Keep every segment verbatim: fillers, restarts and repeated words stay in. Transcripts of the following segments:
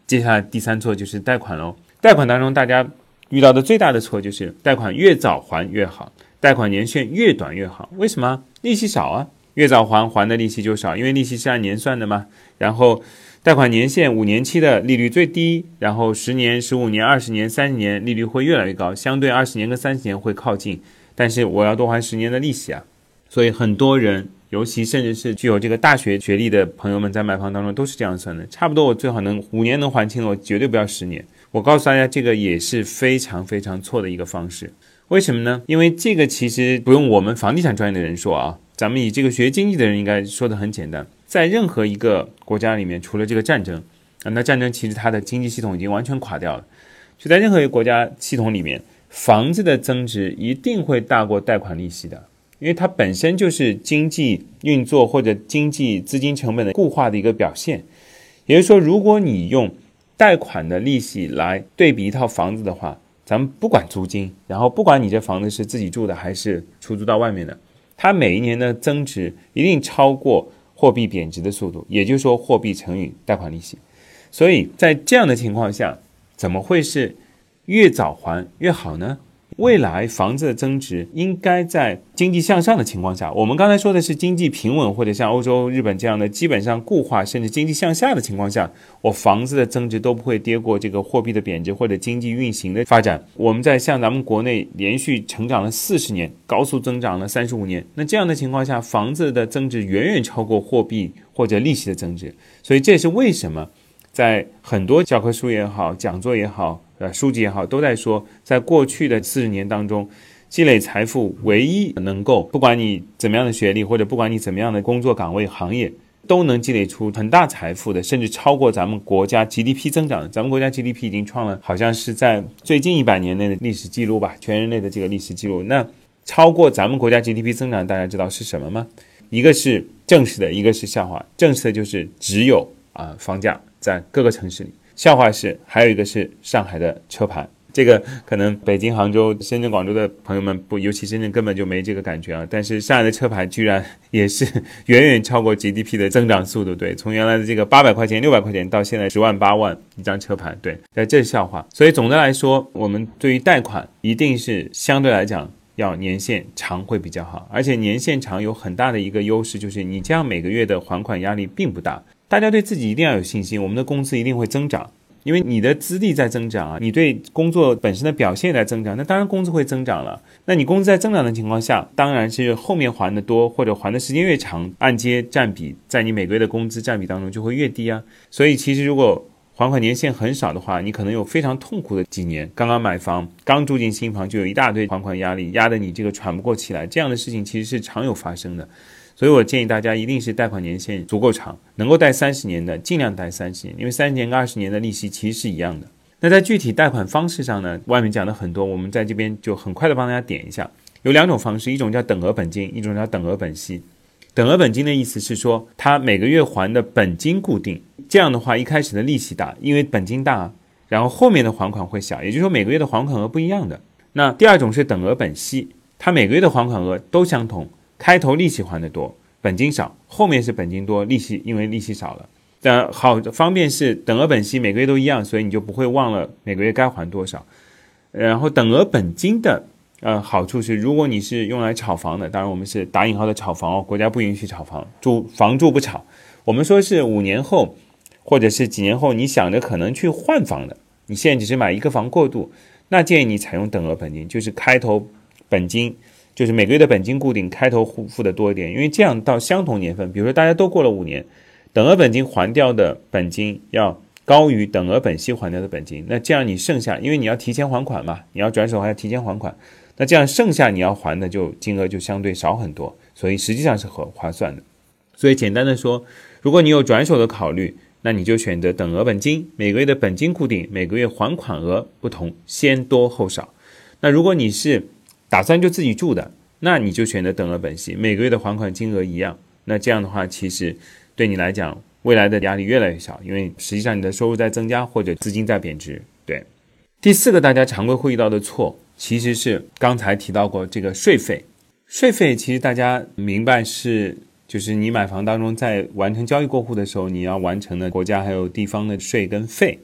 接下来第三错就是贷款咯。贷款当中大家遇到的最大的错就是贷款越早还越好，贷款年限越短越好。为什么？利息少啊，越早还还的利息就少，因为利息是按年算的嘛。然后贷款年限五年期的利率最低，然后十年、十五年、二十年、三十年利率会越来越高，相对二十年跟三十年会靠近，但是我要多还十年的利息啊。所以很多人，尤其甚至是具有这个大学学历的朋友们，在买房当中都是这样算的，差不多我最好能五年能还清了，我绝对不要十年。我告诉大家，这个也是非常非常错的一个方式。为什么呢？因为这个其实不用我们房地产专业的人说啊，咱们以这个学经济的人应该说的很简单。在任何一个国家里面，除了这个战争啊，那战争其实它的经济系统已经完全垮掉了。就在任何一个国家系统里面，房子的增值一定会大过贷款利息的。因为它本身就是经济运作或者经济资金成本的固化的一个表现。也就是说，如果你用贷款的利息来对比一套房子的话，咱们不管租金，然后不管你这房子是自己住的还是出租到外面的，它每一年的增值一定超过货币贬值的速度，也就是说货币乘以贷款利息。所以在这样的情况下，怎么会是越早还越好呢？未来房子的增值应该在经济向上的情况下，我们刚才说的是经济平稳或者像欧洲、日本这样的基本上固化甚至经济向下的情况下，我房子的增值都不会跌过这个货币的贬值或者经济运行的发展。我们在像咱们国内连续成长了四十年，高速增长了三十五年，那这样的情况下，房子的增值远远超过货币或者利息的增值。所以这也是为什么在很多教科书也好，讲座也好，呃，书籍也好，都在说，在过去的四十年当中，积累财富唯一能够，不管你怎么样的学历，或者不管你怎么样的工作岗位、行业，都能积累出很大财富的，甚至超过咱们国家 G D P 增长的。咱们国家 G D P 已经创了，好像是在最近一百年内的历史记录吧，全人类的这个历史记录。那超过咱们国家 G D P 增长，大家知道是什么吗？一个是正式的，一个是笑话。正式的就是只有啊、呃、房价在各个城市里。笑话是还有一个是上海的车牌，这个可能北京、杭州、深圳、广州的朋友们不，尤其深圳根本就没这个感觉啊。但是上海的车牌居然也是远远超过 G D P 的增长速度，对，从原来的这个八百块钱、六百块钱到现在十万、八万一张车牌，对，这是笑话。所以总的来说，我们对于贷款一定是相对来讲要年限长会比较好，而且年限长有很大的一个优势，就是你这样每个月的还款压力并不大。大家对自己一定要有信心，我们的工资一定会增长，因为你的资历在增长啊，你对工作本身的表现在增长，那当然工资会增长了。那你工资在增长的情况下，当然是后面还的多或者还的时间越长，按揭占比在你每个月的工资占比当中就会越低啊。所以其实如果还款年限很少的话，你可能有非常痛苦的几年，刚刚买房，刚住进新房就有一大堆还款压力，压得你这个喘不过气来，这样的事情其实是常有发生的。所以我建议大家一定是贷款年限足够长，能够贷三十年的尽量贷三十年，因为三十年跟二十年的利息其实是一样的。那在具体贷款方式上呢，外面讲的很多，我们在这边就很快的帮大家点一下。有两种方式，一种叫等额本金，一种叫等额本息。等额本金的意思是说，它每个月还的本金固定，这样的话一开始的利息大，因为本金大，然后后面的还款会小，也就是说每个月的还款额不一样的。那第二种是等额本息，它每个月的还款额都相同，开头利息还得多，本金少，后面是本金多，利息因为利息少了。但好方便是等额本息每个月都一样，所以你就不会忘了每个月该还多少。然后等额本金的呃好处是，如果你是用来炒房的，当然我们是打引号的炒房哦，国家不允许炒房，住房住不炒。我们说是五年后或者是几年后，你想着可能去换房的，你现在只是买一个房过渡，那建议你采用等额本金，就是开头本金。就是每个月的本金固定，开头付的多一点，因为这样到相同年份，比如说大家都过了五年，等额本金还掉的本金要高于等额本息还掉的本金，那这样你剩下，因为你要提前还款嘛，你要转手还要提前还款，那这样剩下你要还的就金额就相对少很多，所以实际上是很划算的。所以简单的说，如果你有转手的考虑，那你就选择等额本金，每个月的本金固定，每个月还款额不同，先多后少。那如果你是打算就自己住的，那你就选择等额本息，每个月的还款金额一样。那这样的话，其实对你来讲，未来的压力越来越小，因为实际上你的收入在增加或者资金在贬值。对，第四个大家常规会遇到的错，其实是刚才提到过这个税费。税费其实大家明白是，就是你买房当中在完成交易过户的时候，你要完成的国家还有地方的税跟费。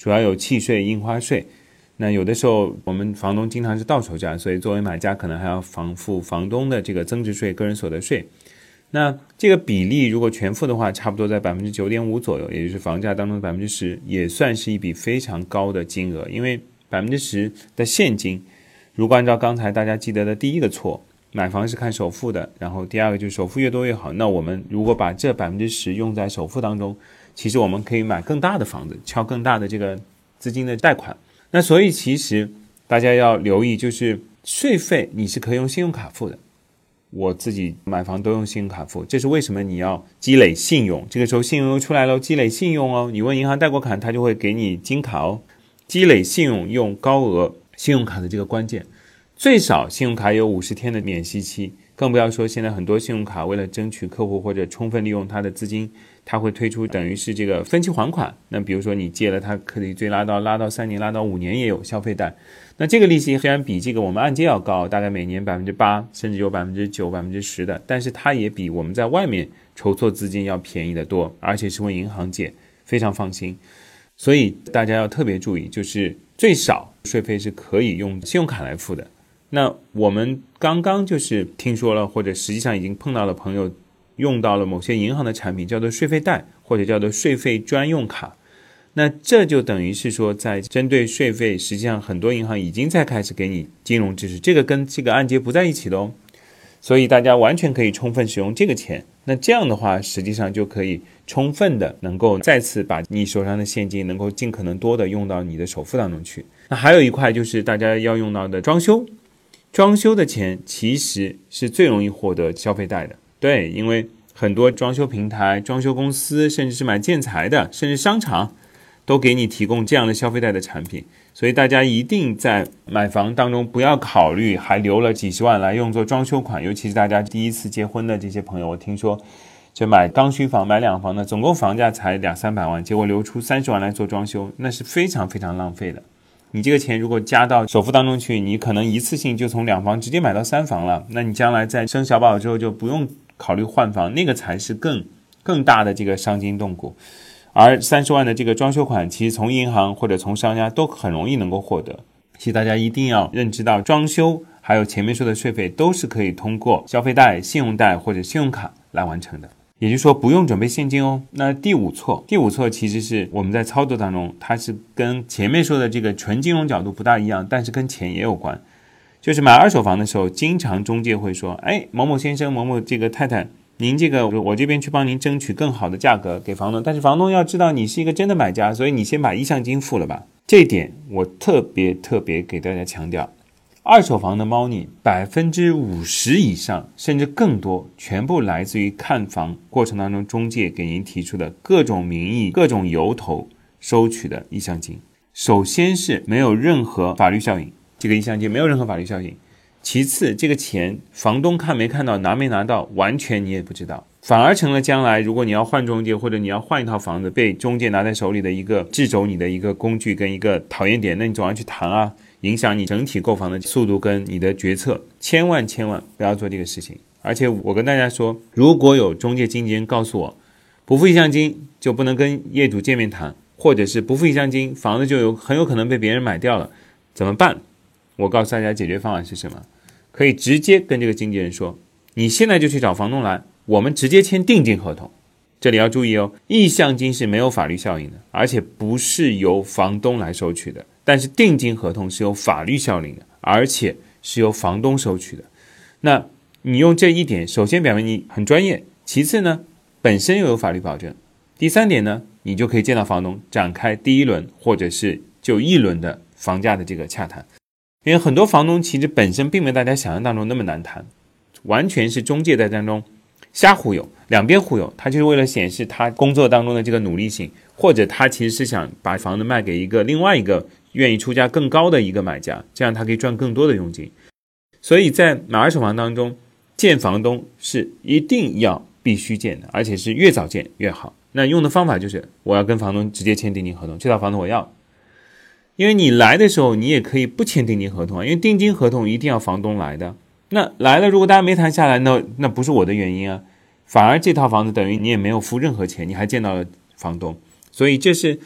主要有契税、印花税。那有的时候我们房东经常是到手价，所以作为买家可能还要房付房东的这个增值税、个人所得税。那这个比例如果全付的话，差不多在 百分之九点五 左右，也就是房价当中的 百分之十， 也算是一笔非常高的金额。因为 百分之十 的现金，如果按照刚才大家记得的第一个错，买房是看首付的，然后第二个就是首付越多越好，那我们如果把这 百分之十 用在首付当中，其实我们可以买更大的房子，敲更大的这个资金的贷款。那所以其实大家要留意，就是税费你是可以用信用卡付的，我自己买房都用信用卡付，这是为什么你要积累信用，这个时候信用又出来了，积累信用哦，你问银行贷过卡，他就会给你金卡哦。积累信用用高额信用卡的这个关键，最少信用卡有五十天的免息期，更不要说现在很多信用卡为了争取客户或者充分利用它的资金，它会推出等于是这个分期还款。那比如说你借了，它可以最拉到拉到三年，拉到五年也有消费贷。那这个利息虽然比这个我们按揭要高，大概每年 百分之八 甚至有 百分之九、百分之十 的，但是它也比我们在外面筹措资金要便宜得多，而且是问银行借，非常放心。所以大家要特别注意，就是最少税费是可以用信用卡来付的。那我们刚刚就是听说了，或者实际上已经碰到了朋友用到了某些银行的产品，叫做税费贷或者叫做税费专用卡。那这就等于是说，在针对税费，实际上很多银行已经在开始给你金融支持，这个跟这个按揭不在一起的哦。所以大家完全可以充分使用这个钱，那这样的话实际上就可以充分的能够再次把你手上的现金能够尽可能多的用到你的首付当中去。那还有一块就是大家要用到的装修，装修的钱其实是最容易获得消费贷的。对，因为很多装修平台、装修公司，甚至是买建材的，甚至商场都给你提供这样的消费贷的产品。所以大家一定在买房当中不要考虑还留了几十万来用作装修款，尤其是大家第一次结婚的这些朋友，我听说这买刚需房、买两房的，总共房价才两三百万，结果留出三十万来做装修，那是非常非常浪费的。你这个钱如果加到首付当中去，你可能一次性就从两房直接买到三房了，那你将来在生小宝之后就不用考虑换房，那个才是更更大的这个伤筋动骨。而三十万的这个装修款，其实从银行或者从商家都很容易能够获得。其实大家一定要认知到，装修还有前面说的税费都是可以通过消费贷、信用贷或者信用卡来完成的，也就是说不用准备现金哦。那第五错，第五错其实是我们在操作当中，它是跟前面说的这个纯金融角度不大一样，但是跟钱也有关。就是买二手房的时候，经常中介会说，哎，某某先生、某某这个太太，您这个我这边去帮您争取更好的价格给房东，但是房东要知道你是一个真的买家，所以你先把意向金付了吧。这一点我特别特别给大家强调，二手房的猫腻 百分之五十 以上甚至更多全部来自于看房过程当中中介给您提出的各种名义、各种由头收取的意向金。首先是没有任何法律效应，这个意向金没有任何法律效应。其次，这个钱房东看没看到、拿没拿到，完全你也不知道，反而成了将来如果你要换中介或者你要换一套房子，被中介拿在手里的一个掣肘你的一个工具跟一个讨厌点，那你总要去谈啊，影响你整体购房的速度跟你的决策，千万千万不要做这个事情。而且我跟大家说，如果有中介经纪人告诉我，不付意向金就不能跟业主见面谈，或者是不付意向金房子就有很有可能被别人买掉了，怎么办？我告诉大家解决方案是什么，可以直接跟这个经纪人说，你现在就去找房东来，我们直接签定金合同。这里要注意哦，意向金是没有法律效应的，而且不是由房东来收取的，但是定金合同是有法律效应的，而且是由房东收取的。那你用这一点，首先表明你很专业，其次呢，本身又有法律保证，第三点呢，你就可以见到房东展开第一轮或者是就一轮的房价的这个洽谈。因为很多房东其实本身并没有大家想象当中那么难谈，完全是中介在当中瞎忽悠，两边忽悠，他就是为了显示他工作当中的这个努力性，或者他其实是想把房子卖给一个另外一个愿意出价更高的一个买家，这样他可以赚更多的佣金。所以在买二手房当中，见房东是一定要必须见的，而且是越早见越好。那用的方法就是我要跟房东直接签定金合同，这套房子我要。因为你来的时候你也可以不签定金合同啊，因为定金合同一定要房东来的。那来了如果大家没谈下来，那那不是我的原因啊，反而这套房子等于你也没有付任何钱，你还见到了房东。所以这是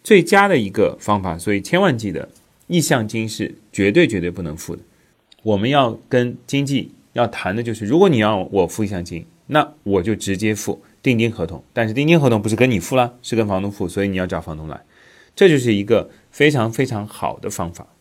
最佳的一个方法。所以千万记得，意向金是绝对绝对不能付的。我们要跟经纪要谈的就是，如果你要我付意向金，那我就直接付定金合同，但是定金合同不是跟你付了，是跟房东付，所以你要找房东来，这就是一个非常非常好的方法。